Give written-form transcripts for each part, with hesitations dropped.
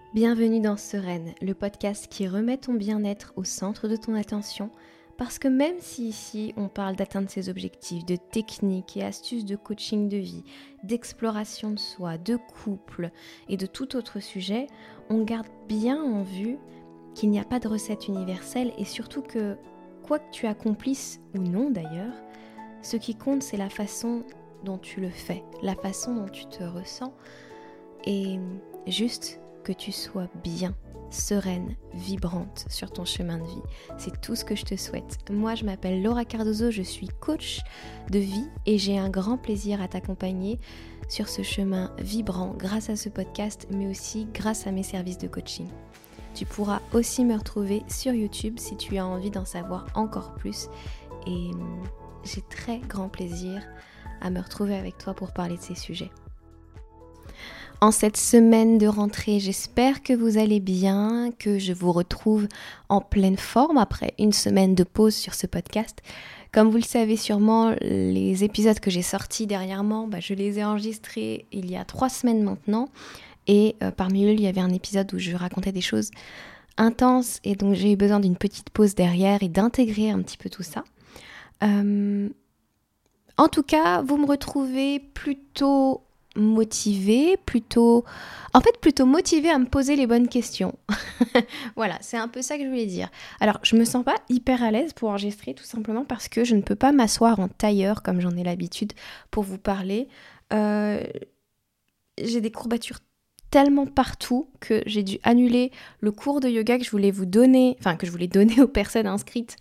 Bienvenue dans Sereine, le podcast qui remet ton bien-être au centre de ton attention, parce que même si ici on parle d'atteindre ses objectifs, de techniques et astuces de coaching de vie, d'exploration de soi, de couple et de tout autre sujet, on garde bien en vue qu'il n'y a pas de recette universelle et surtout que, quoi que tu accomplisses ou non d'ailleurs, ce qui compte c'est la façon dont tu le fais, la façon dont tu te ressens et juste que tu sois bien, sereine, vibrante sur ton chemin de vie. C'est tout ce que je te souhaite. Moi, je m'appelle Laura Cardozo, je suis coach de vie et j'ai un grand plaisir à t'accompagner sur ce chemin vibrant grâce à ce podcast, mais aussi grâce à mes services de coaching. Tu pourras aussi me retrouver sur YouTube si tu as envie d'en savoir encore plus et j'ai très grand plaisir à me retrouver avec toi pour parler de ces sujets. En cette semaine de rentrée, j'espère que vous allez bien, que je vous retrouve en pleine forme après une semaine de pause sur ce podcast. Comme vous le savez sûrement, les épisodes que j'ai sortis dernièrement, je les ai enregistrés il y a 3 semaines maintenant. Et parmi eux, il y avait un épisode où je racontais des choses intenses et donc j'ai eu besoin d'une petite pause derrière et d'intégrer un petit peu tout ça. En tout cas, vous me retrouvez plutôt motivée, plutôt motivée à me poser les bonnes questions. Voilà, c'est un peu ça que je voulais dire. Alors, je me sens pas hyper à l'aise pour enregistrer, tout simplement parce que je ne peux pas m'asseoir en tailleur comme j'en ai l'habitude pour vous parler. J'ai des courbatures tellement partout que j'ai dû annuler le cours de yoga que je voulais donner aux personnes inscrites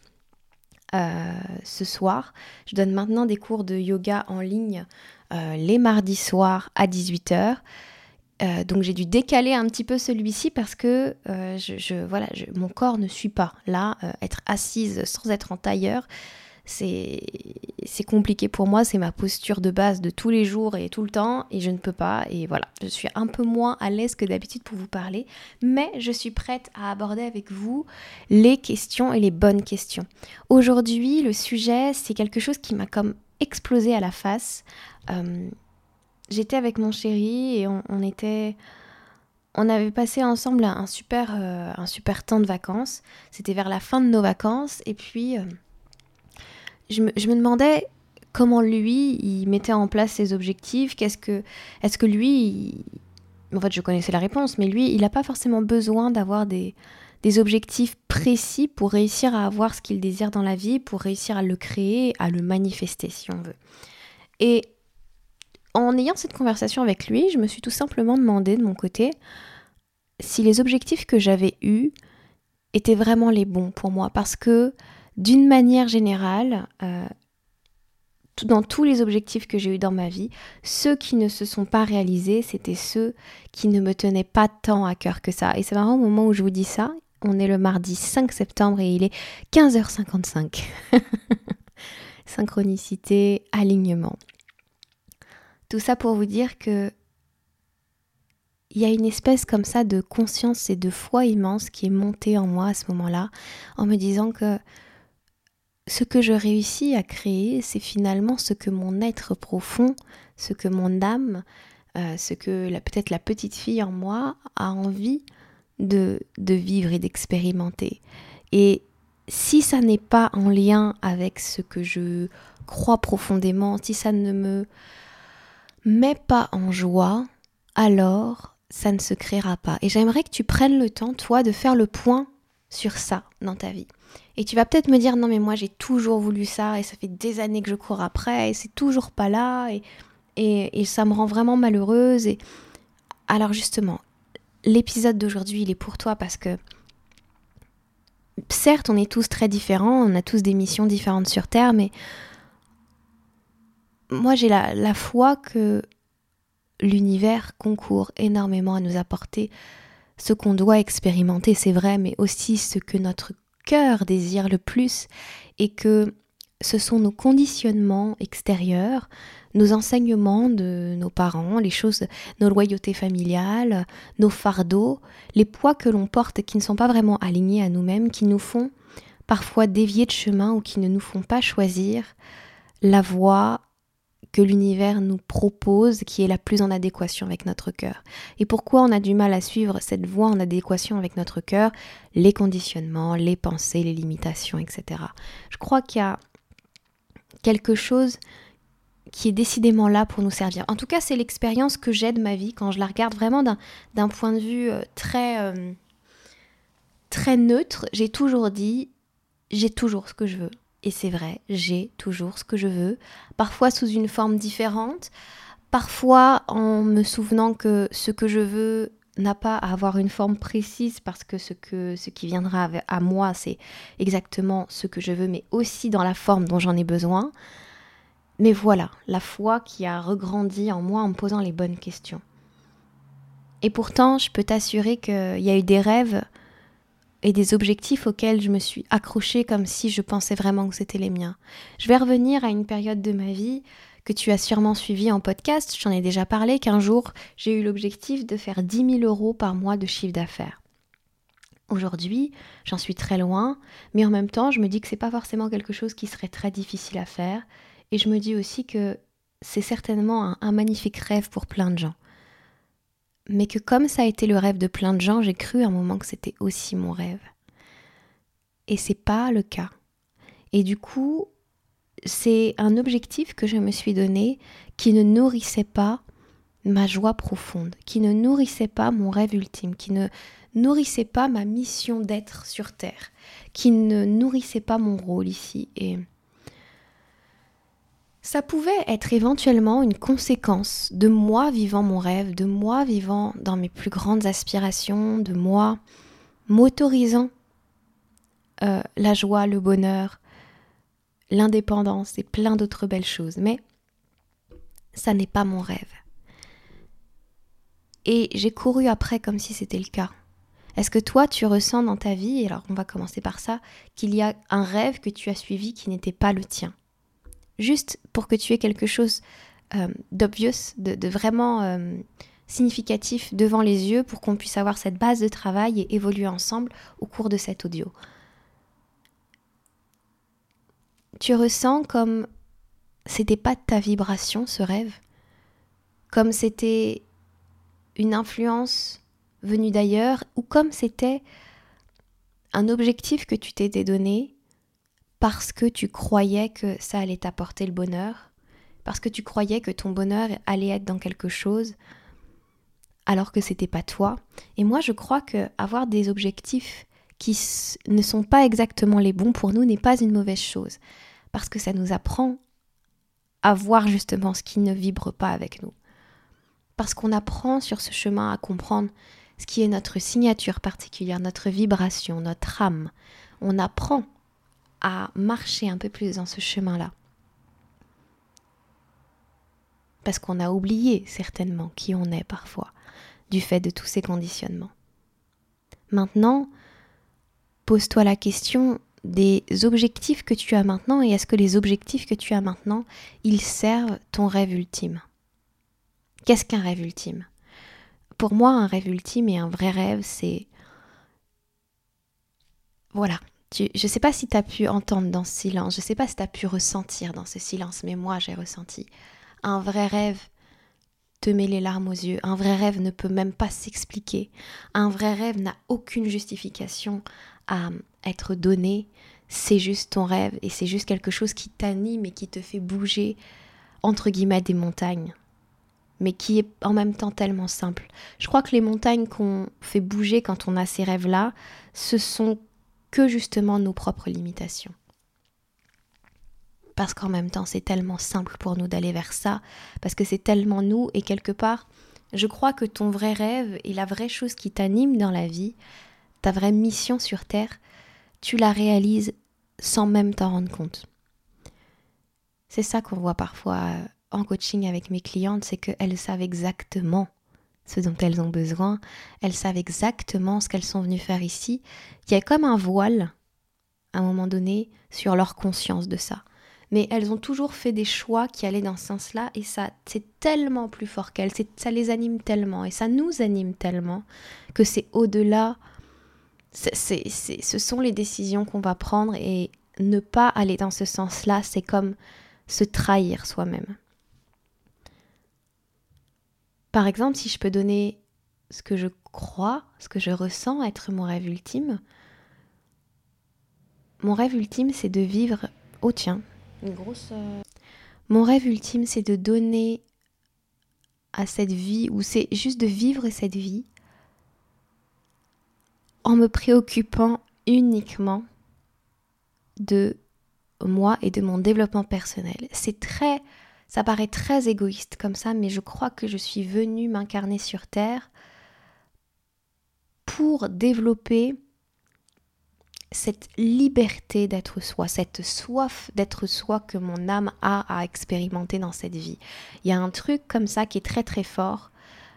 ce soir. Je donne maintenant des cours de yoga en ligne les mardis soirs à 18h. Donc j'ai dû décaler un petit peu celui-ci parce que mon corps ne suit pas. Là, être assise sans être en tailleur, c'est compliqué pour moi. C'est ma posture de base de tous les jours et tout le temps et je ne peux pas. Et voilà, je suis un peu moins à l'aise que d'habitude pour vous parler. Mais je suis prête à aborder avec vous les questions et les bonnes questions. Aujourd'hui, le sujet, c'est quelque chose qui m'a comme explosé à la face. J'étais avec mon chéri et on avait passé ensemble un super temps de vacances. C'était vers la fin de nos vacances et puis je me demandais comment lui il mettait en place ses objectifs. Est-ce que lui en fait je connaissais la réponse, mais lui il n'a pas forcément besoin d'avoir des objectifs précis pour réussir à avoir ce qu'il désire dans la vie, pour réussir à le créer, à le manifester si on veut. Et en ayant cette conversation avec lui, je me suis tout simplement demandé de mon côté si les objectifs que j'avais eus étaient vraiment les bons pour moi. Parce que d'une manière générale, dans tous les objectifs que j'ai eus dans ma vie, ceux qui ne se sont pas réalisés, c'était ceux qui ne me tenaient pas tant à cœur que ça. Et c'est marrant, au moment où je vous dis ça, on est le mardi 5 septembre et il est 15h55. Synchronicité, alignement. Tout ça pour vous dire que il y a une espèce comme ça de conscience et de foi immense qui est montée en moi à ce moment-là, en me disant que ce que je réussis à créer, c'est finalement ce que mon être profond, ce que mon âme, ce que peut-être la petite fille en moi a envie de vivre et d'expérimenter. Et si ça n'est pas en lien avec ce que je crois profondément, si ça ne me met pas en joie, alors ça ne se créera pas. Et j'aimerais que tu prennes le temps, toi, de faire le point sur ça dans ta vie. Et tu vas peut-être me dire, non mais moi j'ai toujours voulu ça et ça fait des années que je cours après et c'est toujours pas là et ça me rend vraiment malheureuse. Et alors justement, l'épisode d'aujourd'hui il est pour toi parce que certes on est tous très différents, on a tous des missions différentes sur Terre, mais moi j'ai la foi que l'univers concourt énormément à nous apporter ce qu'on doit expérimenter, c'est vrai, mais aussi ce que notre cœur désire le plus et que ce sont nos conditionnements extérieurs, nos enseignements de nos parents, les choses, nos loyautés familiales, nos fardeaux, les poids que l'on porte qui ne sont pas vraiment alignés à nous-mêmes, qui nous font parfois dévier de chemin ou qui ne nous font pas choisir la voie que l'univers nous propose qui est la plus en adéquation avec notre cœur. Et pourquoi on a du mal à suivre cette voie en adéquation avec notre cœur? Les conditionnements, les pensées, les limitations, etc. Je crois qu'il y a quelque chose qui est décidément là pour nous servir. En tout cas, c'est l'expérience que j'ai de ma vie quand je la regarde vraiment d'un point de vue très neutre. J'ai toujours dit, j'ai toujours ce que je veux. Et c'est vrai, j'ai toujours ce que je veux. Parfois sous une forme différente, parfois en me souvenant que ce que je veux n'a pas à avoir une forme précise parce que ce qui viendra à moi, c'est exactement ce que je veux, mais aussi dans la forme dont j'en ai besoin. Mais voilà, la foi qui a regrandi en moi en me posant les bonnes questions. Et pourtant, je peux t'assurer qu'il y a eu des rêves et des objectifs auxquels je me suis accrochée comme si je pensais vraiment que c'était les miens. Je vais revenir à une période de ma vie que tu as sûrement suivie en podcast. J'en ai déjà parlé qu'un jour, j'ai eu l'objectif de faire 10 000 € par mois de chiffre d'affaires. Aujourd'hui, j'en suis très loin, mais en même temps, je me dis que c'est pas forcément quelque chose qui serait très difficile à faire. Et je me dis aussi que c'est certainement un magnifique rêve pour plein de gens. Mais que comme ça a été le rêve de plein de gens, j'ai cru à un moment que c'était aussi mon rêve. Et c'est pas le cas. Et du coup, c'est un objectif que je me suis donné qui ne nourrissait pas ma joie profonde, qui ne nourrissait pas mon rêve ultime, qui ne nourrissait pas ma mission d'être sur Terre, qui ne nourrissait pas mon rôle ici. Et ça pouvait être éventuellement une conséquence de moi vivant mon rêve, de moi vivant dans mes plus grandes aspirations, de moi m'autorisant la joie, le bonheur, l'indépendance et plein d'autres belles choses. Mais ça n'est pas mon rêve. Et j'ai couru après comme si c'était le cas. Est-ce que toi, tu ressens dans ta vie, et alors on va commencer par ça, qu'il y a un rêve que tu as suivi qui n'était pas le tien? Juste pour que tu aies quelque chose d'obvious, de vraiment significatif devant les yeux pour qu'on puisse avoir cette base de travail et évoluer ensemble au cours de cet audio. Tu ressens comme c'était pas de ta vibration ce rêve, comme c'était une influence venue d'ailleurs ou comme c'était un objectif que tu t'étais donné parce que tu croyais que ça allait t'apporter le bonheur, parce que tu croyais que ton bonheur allait être dans quelque chose, alors que c'était pas toi. Et moi, je crois que avoir des objectifs qui ne sont pas exactement les bons pour nous n'est pas une mauvaise chose, parce que ça nous apprend à voir justement ce qui ne vibre pas avec nous. Parce qu'on apprend sur ce chemin à comprendre ce qui est notre signature particulière, notre vibration, notre âme. On apprend à marcher un peu plus dans ce chemin-là. Parce qu'on a oublié certainement qui on est parfois, du fait de tous ces conditionnements. Maintenant, pose-toi la question des objectifs que tu as maintenant et est-ce que les objectifs que tu as maintenant, ils servent ton rêve ultime? Qu'est-ce qu'un rêve ultime? Pour moi, un rêve ultime et un vrai rêve, c'est... Voilà. Je ne sais pas si tu as pu entendre dans ce silence, je ne sais pas si tu as pu ressentir dans ce silence, mais moi j'ai ressenti. Un vrai rêve te met les larmes aux yeux, un vrai rêve ne peut même pas s'expliquer, un vrai rêve n'a aucune justification à être donné, c'est juste ton rêve et c'est juste quelque chose qui t'anime et qui te fait bouger entre guillemets des montagnes, mais qui est en même temps tellement simple. Je crois que les montagnes qu'on fait bouger quand on a ces rêves-là, ce sont que justement nos propres limitations. Parce qu'en même temps, c'est tellement simple pour nous d'aller vers ça, parce que c'est tellement nous, et quelque part, je crois que ton vrai rêve et la vraie chose qui t'anime dans la vie, ta vraie mission sur Terre, tu la réalises sans même t'en rendre compte. C'est ça qu'on voit parfois en coaching avec mes clientes, c'est qu'elles savent exactement ce dont elles ont besoin, elles savent exactement ce qu'elles sont venues faire ici. Il y a comme un voile, à un moment donné, sur leur conscience de ça. Mais elles ont toujours fait des choix qui allaient dans ce sens-là et ça, c'est tellement plus fort qu'elles, ça les anime tellement et ça nous anime tellement que c'est au-delà, ce sont les décisions qu'on va prendre et ne pas aller dans ce sens-là, c'est comme se trahir soi-même. Par exemple, si je peux donner ce que je crois, ce que je ressens être mon rêve ultime, c'est de vivre... Oh tiens, une grosse... Mon rêve ultime, c'est de donner à cette vie, ou c'est juste de vivre cette vie en me préoccupant uniquement de moi et de mon développement personnel. Ça paraît très égoïste comme ça, mais je crois que je suis venue m'incarner sur Terre pour développer cette liberté d'être soi, cette soif d'être soi que mon âme a à expérimenter dans cette vie. Il y a un truc comme ça qui est très très fort,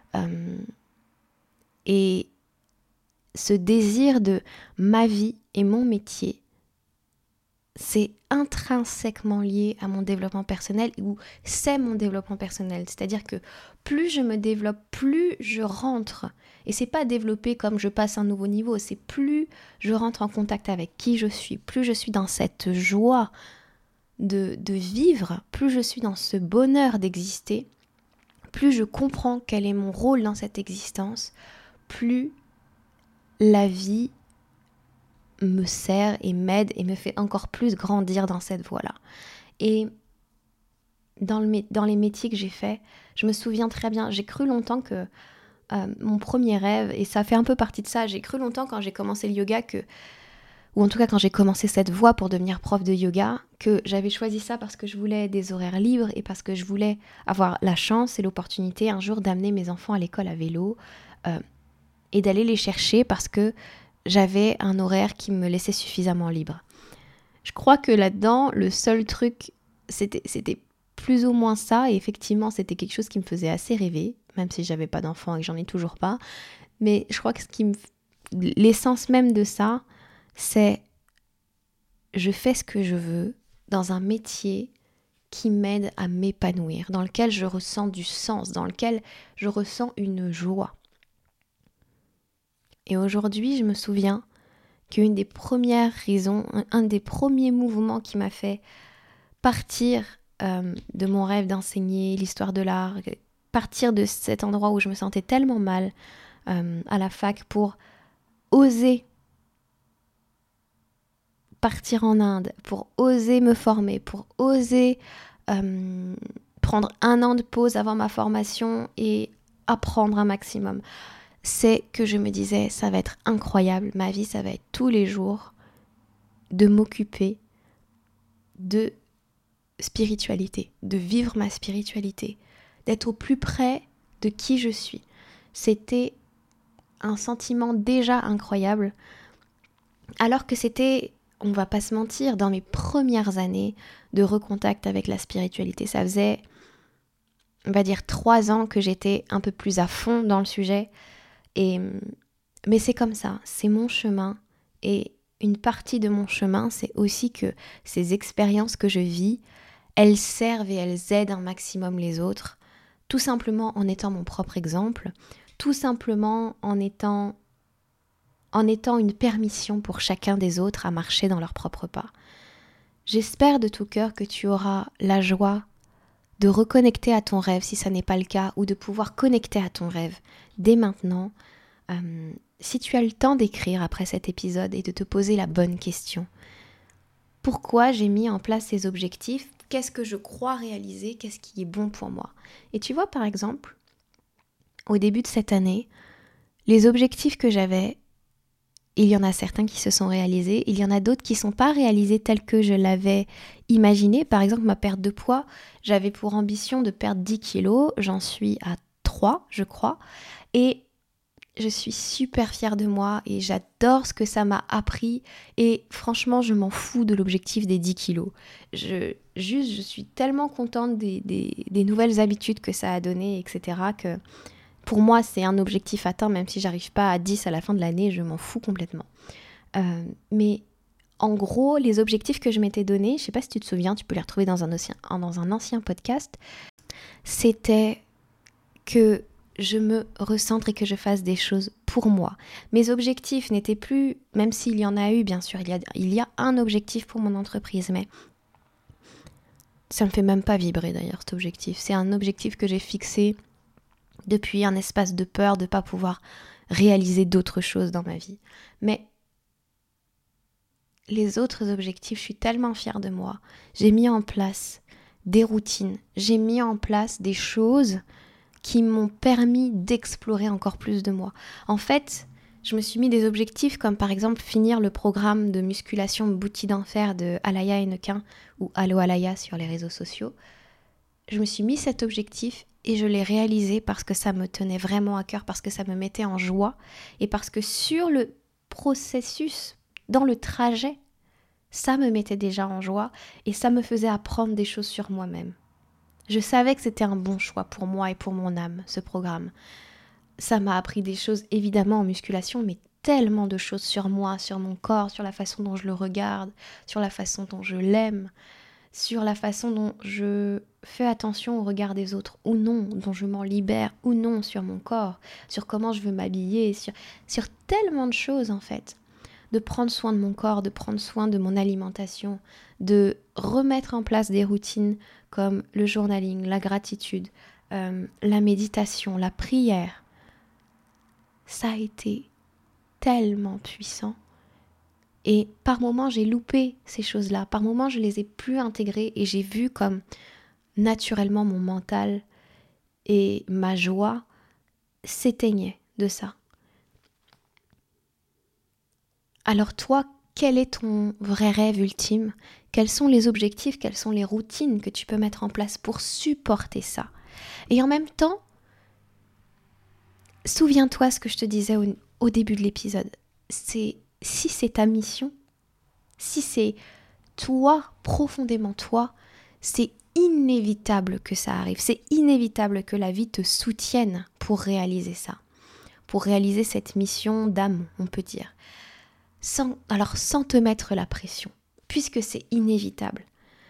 et ce désir de ma vie et mon métier, c'est intrinsèquement lié à mon développement personnel, ou c'est mon développement personnel. C'est-à-dire que plus je me développe, plus je rentre. Et c'est pas développer comme je passe un nouveau niveau, c'est plus je rentre en contact avec qui je suis, plus je suis dans cette joie de vivre, plus je suis dans ce bonheur d'exister, plus je comprends quel est mon rôle dans cette existence, plus la vie me sert et m'aide et me fait encore plus grandir dans cette voie-là. Et dans les métiers que j'ai faits, je me souviens très bien, j'ai cru longtemps que mon premier rêve, et ça fait un peu partie de ça, j'ai cru longtemps quand j'ai commencé le yoga ou en tout cas quand j'ai commencé cette voie pour devenir prof de yoga, que j'avais choisi ça parce que je voulais des horaires libres et parce que je voulais avoir la chance et l'opportunité un jour d'amener mes enfants à l'école à vélo et d'aller les chercher parce que j'avais un horaire qui me laissait suffisamment libre. Je crois que là-dedans, le seul truc, c'était plus ou moins ça, et effectivement, c'était quelque chose qui me faisait assez rêver, même si j'avais pas d'enfant et que j'en ai toujours pas. Mais je crois que l'essence même de ça, c'est je fais ce que je veux dans un métier qui m'aide à m'épanouir, dans lequel je ressens du sens, dans lequel je ressens une joie. Et aujourd'hui, je me souviens qu'une des premières raisons, un des premiers mouvements qui m'a fait partir de mon rêve d'enseigner l'histoire de l'art, partir de cet endroit où je me sentais tellement mal à la fac pour oser partir en Inde, pour oser me former, pour oser prendre 1 an de pause avant ma formation et apprendre un maximum. C'est que je me disais, ça va être incroyable, ma vie, ça va être tous les jours de m'occuper de spiritualité, de vivre ma spiritualité, d'être au plus près de qui je suis. C'était un sentiment déjà incroyable, alors que c'était, on va pas se mentir, dans mes premières années de recontact avec la spiritualité. Ça faisait, on va dire, 3 ans que j'étais un peu plus à fond dans le sujet. Mais c'est comme ça, c'est mon chemin, et une partie de mon chemin, c'est aussi que ces expériences que je vis, elles servent et elles aident un maximum les autres, tout simplement en étant mon propre exemple, tout simplement en étant une permission pour chacun des autres à marcher dans leur propre pas. J'espère de tout cœur que tu auras la joie de reconnecter à ton rêve si ça n'est pas le cas, ou de pouvoir connecter à ton rêve dès maintenant. Si tu as le temps d'écrire après cet épisode et de te poser la bonne question. Pourquoi j'ai mis en place ces objectifs ? Qu'est-ce que je crois réaliser ? Qu'est-ce qui est bon pour moi ? Et tu vois, par exemple, au début de cette année, les objectifs que j'avais, il y en a certains qui se sont réalisés, il y en a d'autres qui ne sont pas réalisés tels que je l'avais imaginé. Par exemple, ma perte de poids, j'avais pour ambition de perdre 10 kilos, j'en suis à 3, je crois, et je suis super fière de moi et j'adore ce que ça m'a appris, et franchement je m'en fous de l'objectif des 10 kilos. Je suis tellement contente des nouvelles habitudes que ça a donné, etc. que pour moi c'est un objectif atteint, même si j'arrive pas à 10 à la fin de l'année, je m'en fous complètement. Mais en gros, les objectifs que je m'étais donnés, je sais pas si tu te souviens, tu peux les retrouver dans un ancien podcast, c'était que je me recentre et que je fasse des choses pour moi. Mes objectifs n'étaient plus, même s'il y en a eu, bien sûr, il y a un objectif pour mon entreprise, mais ça me fait même pas vibrer d'ailleurs cet objectif. C'est un objectif que j'ai fixé depuis un espace de peur de ne pas pouvoir réaliser d'autres choses dans ma vie. Mais les autres objectifs, je suis tellement fière de moi. J'ai mis en place des routines, j'ai mis en place des choses qui m'ont permis d'explorer encore plus de moi. En fait, je me suis mis des objectifs comme par exemple finir le programme de musculation Bouti d'enfer de Alaya Hennequin ou Allo Alaya sur les réseaux sociaux. Je me suis mis cet objectif et je l'ai réalisé parce que ça me tenait vraiment à cœur, parce que ça me mettait en joie et parce que sur le processus, dans le trajet, ça me mettait déjà en joie et ça me faisait apprendre des choses sur moi-même. Je savais que c'était un bon choix pour moi et pour mon âme, ce programme. Ça m'a appris des choses évidemment en musculation, mais tellement de choses sur moi, sur mon corps, sur la façon dont je le regarde, sur la façon dont je l'aime, sur la façon dont je fais attention au regard des autres ou non, dont je m'en libère ou non sur mon corps, sur comment je veux m'habiller, sur tellement de choses en fait. De prendre soin de mon corps, de prendre soin de mon alimentation, de remettre en place des routines comme le journaling, la gratitude, la méditation, la prière. Ça a été tellement puissant. Et par moments, j'ai loupé ces choses-là. Par moments, je les ai plus intégrées et j'ai vu comme naturellement mon mental et ma joie s'éteignaient de ça. Alors toi, quel est ton vrai rêve ultime ? Quels sont les objectifs, quelles sont les routines que tu peux mettre en place pour supporter ça ? Et en même temps, souviens-toi ce que je te disais au début de l'épisode. Si c'est ta mission, si c'est toi, profondément toi, c'est inévitable que ça arrive. C'est inévitable que la vie te soutienne pour réaliser ça. Pour réaliser cette mission d'âme, on peut dire. Sans te mettre la pression, puisque c'est inévitable.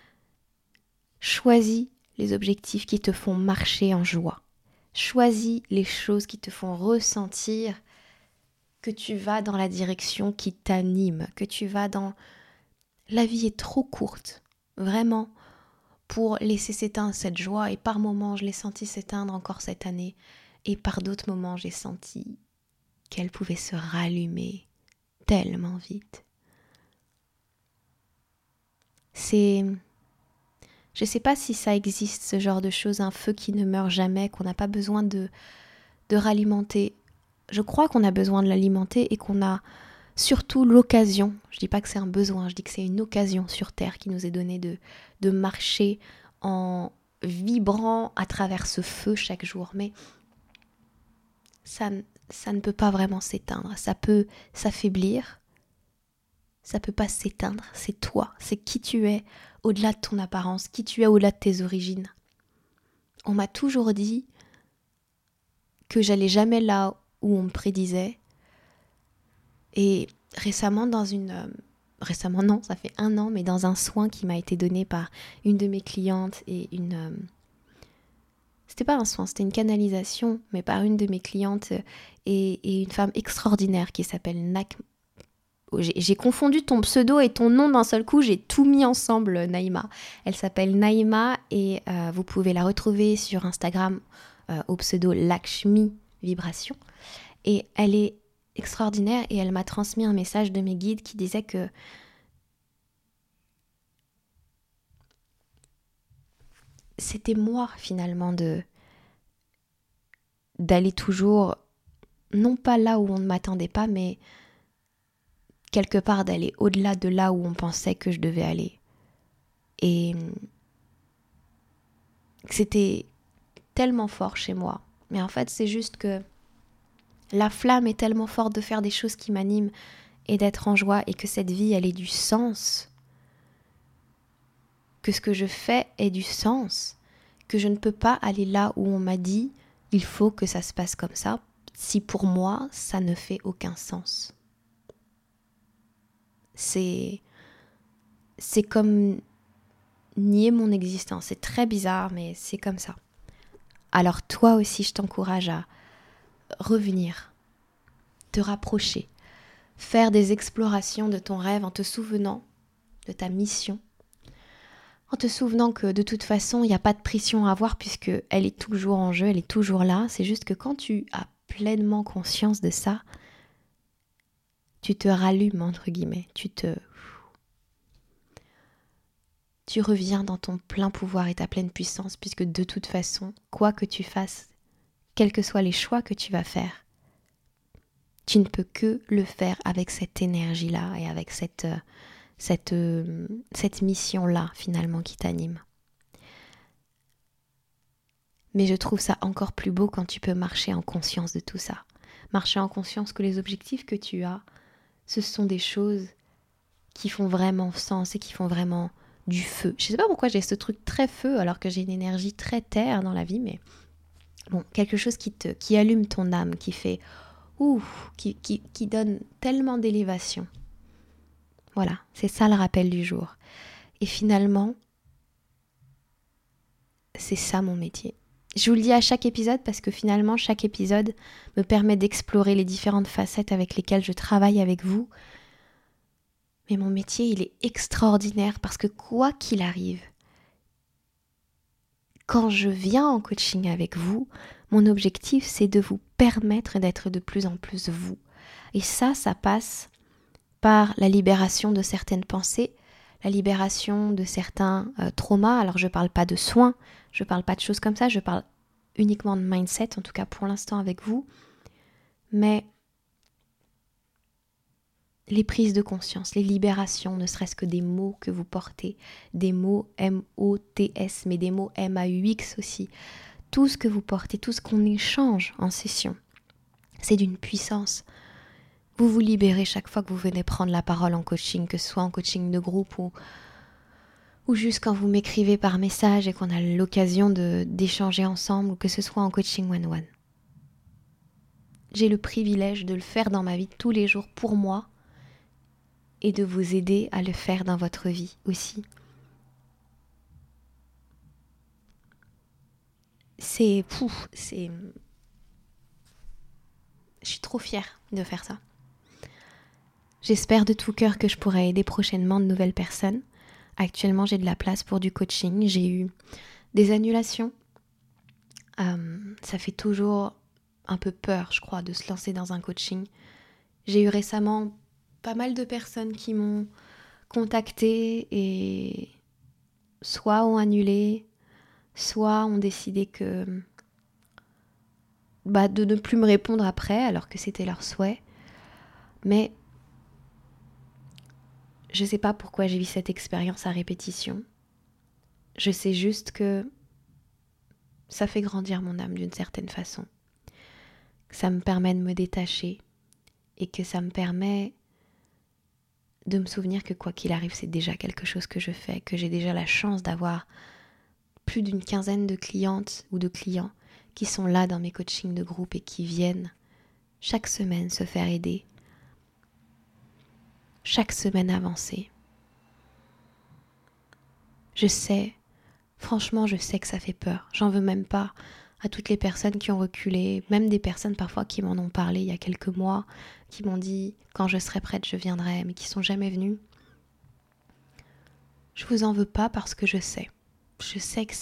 Choisis les objectifs qui te font marcher en joie. Choisis les choses qui te font ressentir que tu vas dans la direction qui t'anime, que tu vas dans... La vie est trop courte, vraiment, pour laisser s'éteindre cette joie. Et par moments, je l'ai senti s'éteindre encore cette année. Et par d'autres moments, j'ai senti qu'elle pouvait se rallumer tellement vite. Je sais pas si ça existe, ce genre de choses, un feu qui ne meurt jamais, qu'on n'a pas besoin de ralimenter. Je crois qu'on a besoin de l'alimenter et qu'on a surtout l'occasion, je dis pas que c'est un besoin, je dis que c'est une occasion sur Terre qui nous est donnée de marcher en vibrant à travers ce feu chaque jour. Mais ça ne peut pas vraiment s'éteindre, ça peut s'affaiblir, ça peut pas s'éteindre, c'est toi, c'est qui tu es au-delà de ton apparence, qui tu es au-delà de tes origines. On m'a toujours dit que j'allais jamais là où on me prédisait. Et récemment, récemment non, ça fait 1 an, mais dans un soin qui m'a été donné par une de mes clientes et c'était pas un soin, c'était une canalisation, mais par une de mes clientes et une femme extraordinaire qui s'appelle J'ai confondu ton pseudo et ton nom d'un seul coup, j'ai tout mis ensemble, Naïma. Elle s'appelle Naïma et vous pouvez la retrouver sur Instagram au pseudo Lakshmi Vibration. Et elle est extraordinaire et elle m'a transmis un message de mes guides qui disait que c'était moi finalement d'aller toujours, non pas là où on ne m'attendait pas, mais quelque part d'aller au-delà de là où on pensait que je devais aller. Et c'était tellement fort chez moi. Mais en fait, c'est juste que la flamme est tellement forte de faire des choses qui m'animent et d'être en joie et que cette vie, elle ait du sens. Que ce que je fais ait du sens. Que je ne peux pas aller là où on m'a dit il faut que ça se passe comme ça si pour moi, ça ne fait aucun sens. C'est comme nier mon existence. C'est très bizarre, mais c'est comme ça. Alors toi aussi, je t'encourage à revenir, te rapprocher, faire des explorations de ton rêve en te souvenant de ta mission, en te souvenant que de toute façon, il n'y a pas de pression à avoir puisque elle est toujours en jeu, elle est toujours là. C'est juste que quand tu as pleinement conscience de ça, tu te rallumes, entre guillemets, tu reviens dans ton plein pouvoir et ta pleine puissance, puisque de toute façon, quoi que tu fasses, quels que soient les choix que tu vas faire, tu ne peux que le faire avec cette énergie-là et avec cette mission-là, finalement, qui t'anime. Mais je trouve ça encore plus beau quand tu peux marcher en conscience de tout ça. Marcher en conscience que les objectifs que tu as, ce sont des choses qui font vraiment sens et qui font vraiment du feu. Je ne sais pas pourquoi j'ai ce truc très feu alors que j'ai une énergie très terre dans la vie, mais bon, quelque chose qui allume ton âme, qui fait ouf, qui donne tellement d'élévation. Voilà, c'est ça le rappel du jour. Et finalement, c'est ça mon métier. Je vous le dis à chaque épisode parce que finalement, chaque épisode me permet d'explorer les différentes facettes avec lesquelles je travaille avec vous. Mais mon métier, il est extraordinaire parce que quoi qu'il arrive, quand je viens en coaching avec vous, mon objectif, c'est de vous permettre d'être de plus en plus vous. Et ça passe par la libération de certaines pensées, la libération de certains traumas. Alors je ne parle pas de soins, je ne parle pas de choses comme ça, je parle uniquement de mindset, en tout cas pour l'instant avec vous. Mais les prises de conscience, les libérations, ne serait-ce que des mots que vous portez, des mots M-O-T-S, mais des mots M-A-U-X aussi. Tout ce que vous portez, tout ce qu'on échange en session, c'est d'une puissance. Vous vous libérez chaque fois que vous venez prendre la parole en coaching, que ce soit en coaching de groupe ou juste quand vous m'écrivez par message et qu'on a l'occasion d'échanger ensemble, ou que ce soit en coaching one-one. J'ai le privilège de le faire dans ma vie tous les jours pour moi et de vous aider à le faire dans votre vie aussi. Je suis trop fière de faire ça. J'espère de tout cœur que je pourrai aider prochainement de nouvelles personnes. Actuellement, j'ai de la place pour du coaching. J'ai eu des annulations. Ça fait toujours un peu peur, je crois, de se lancer dans un coaching. J'ai eu récemment pas mal de personnes qui m'ont contactée et soit ont annulé, soit ont décidé de ne plus me répondre après, alors que c'était leur souhait. Mais je sais pas pourquoi j'ai eu cette expérience à répétition. Je sais juste que ça fait grandir mon âme d'une certaine façon. Ça me permet de me détacher et que ça me permet de me souvenir que quoi qu'il arrive, c'est déjà quelque chose que je fais, que j'ai déjà la chance d'avoir plus d'une quinzaine de clientes ou de clients qui sont là dans mes coachings de groupe et qui viennent chaque semaine se faire aider, chaque semaine avancer. Franchement, je sais que ça fait peur. J'en veux même pas à toutes les personnes qui ont reculé, même des personnes parfois qui m'en ont parlé il y a quelques mois, qui m'ont dit quand je serai prête, je viendrai, mais qui sont jamais venues. Je vous en veux pas parce que je sais. Je sais que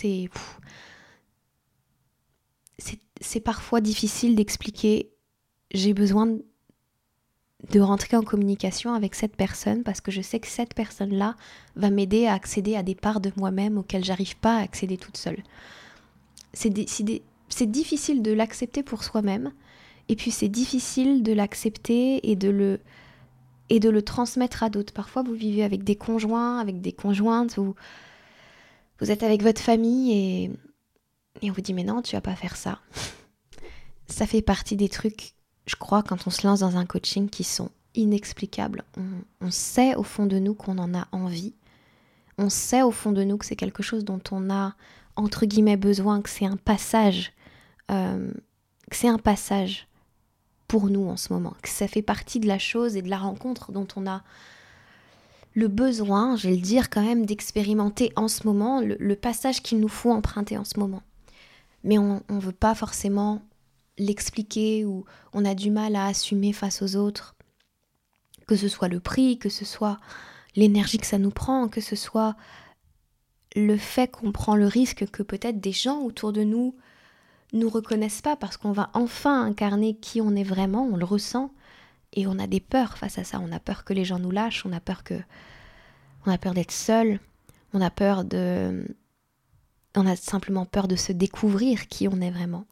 c'est parfois difficile d'expliquer. J'ai besoin de rentrer en communication avec cette personne parce que je sais que cette personne-là va m'aider à accéder à des parts de moi-même auxquelles j'arrive pas à accéder toute seule. C'est difficile de l'accepter pour soi-même et puis c'est difficile de l'accepter et de le transmettre à d'autres. Parfois vous vivez avec des conjoints, avec des conjointes, ou vous êtes avec votre famille et on vous dit mais non, tu vas pas faire ça. Ça fait partie des trucs, je crois, quand on se lance dans un coaching qui sont inexplicables. On sait au fond de nous qu'on en a envie. On sait au fond de nous que c'est quelque chose dont on a, entre guillemets, besoin, que c'est un passage. Pour nous en ce moment. Que ça fait partie de la chose et de la rencontre dont on a le besoin, je vais le dire quand même, d'expérimenter en ce moment, le passage qu'il nous faut emprunter en ce moment. Mais on ne veut pas forcément l'expliquer ou on a du mal à assumer face aux autres, que ce soit le prix, que ce soit l'énergie que ça nous prend, que ce soit le fait qu'on prend le risque que peut-être des gens autour de nous reconnaissent pas parce qu'on va enfin incarner qui on est vraiment, on le ressent et on a des peurs face à ça. On a peur que les gens nous lâchent, on a peur d'être seul, on a simplement peur de se découvrir qui on est vraiment.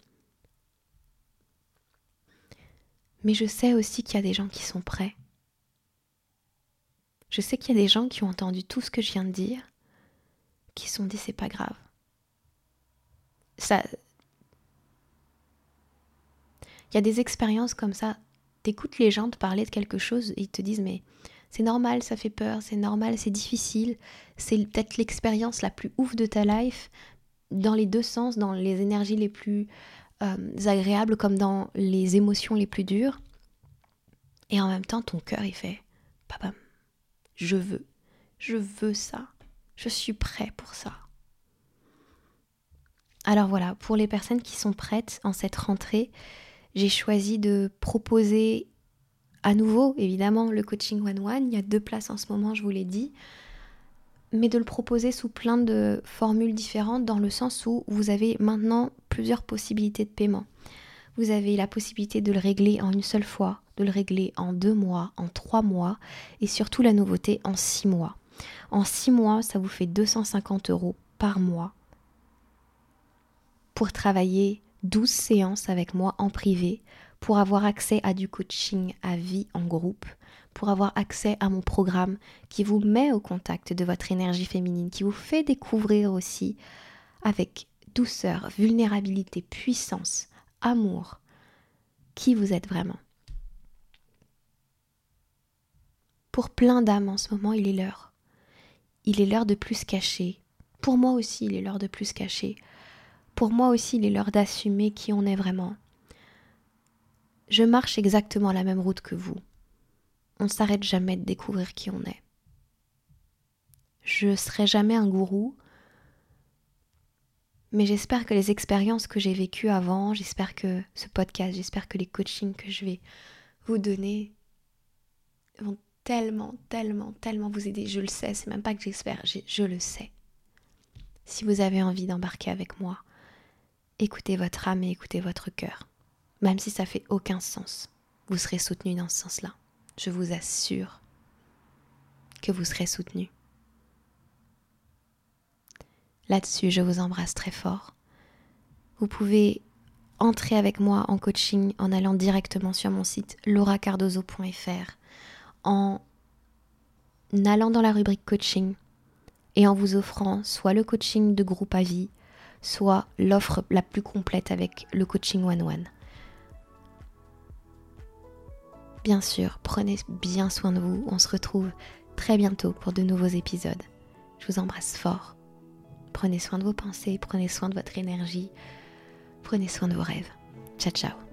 Mais je sais aussi qu'il y a des gens qui sont prêts. Je sais qu'il y a des gens qui ont entendu tout ce que je viens de dire, qui se sont dit c'est pas grave. Il y a des expériences comme ça, t'écoutes les gens te parler de quelque chose et ils te disent mais c'est normal, ça fait peur, c'est normal, c'est difficile, c'est peut-être l'expérience la plus ouf de ta life, dans les deux sens, dans les énergies les plus agréables comme dans les émotions les plus dures. Et en même temps, ton cœur, il fait « Papa, je veux ça, je suis prêt pour ça. » Alors voilà, pour les personnes qui sont prêtes en cette rentrée, j'ai choisi de proposer à nouveau, évidemment, le coaching one-one. Il y a 2 places en ce moment, je vous l'ai dit. Mais de le proposer sous plein de formules différentes dans le sens où vous avez maintenant plusieurs possibilités de paiement. Vous avez la possibilité de le régler en une seule fois, de le régler en 2 mois, en 3 mois et surtout la nouveauté en 6 mois. En 6 mois, ça vous fait 250 € par mois pour travailler 12 séances avec moi en privé, pour avoir accès à du coaching à vie en groupe, pour avoir accès à mon programme qui vous met au contact de votre énergie féminine, qui vous fait découvrir aussi avec douceur, vulnérabilité, puissance, amour, qui vous êtes vraiment. Pour plein d'âmes en ce moment, il est l'heure. Il est l'heure de plus cacher. Pour moi aussi, il est l'heure de plus cacher. Pour moi aussi, il est l'heure d'assumer qui on est vraiment. Je marche exactement la même route que vous. On ne s'arrête jamais de découvrir qui on est. Je ne serai jamais un gourou, mais j'espère que les expériences que j'ai vécues avant, j'espère que ce podcast, j'espère que les coachings que je vais vous donner vont tellement vous aider. Je le sais, c'est même pas que j'espère, je le sais. Si vous avez envie d'embarquer avec moi, écoutez votre âme et écoutez votre cœur. Même si ça fait aucun sens, vous serez soutenu dans ce sens-là. Je vous assure que vous serez soutenu. Là-dessus, je vous embrasse très fort. Vous pouvez entrer avec moi en coaching en allant directement sur mon site lauracardozo.fr, en allant dans la rubrique coaching et en vous offrant soit le coaching de groupe à vie, soit l'offre la plus complète avec le coaching one-one. Bien sûr, prenez bien soin de vous. On se retrouve très bientôt pour de nouveaux épisodes. Je vous embrasse fort. Prenez soin de vos pensées, prenez soin de votre énergie, prenez soin de vos rêves. Ciao, ciao.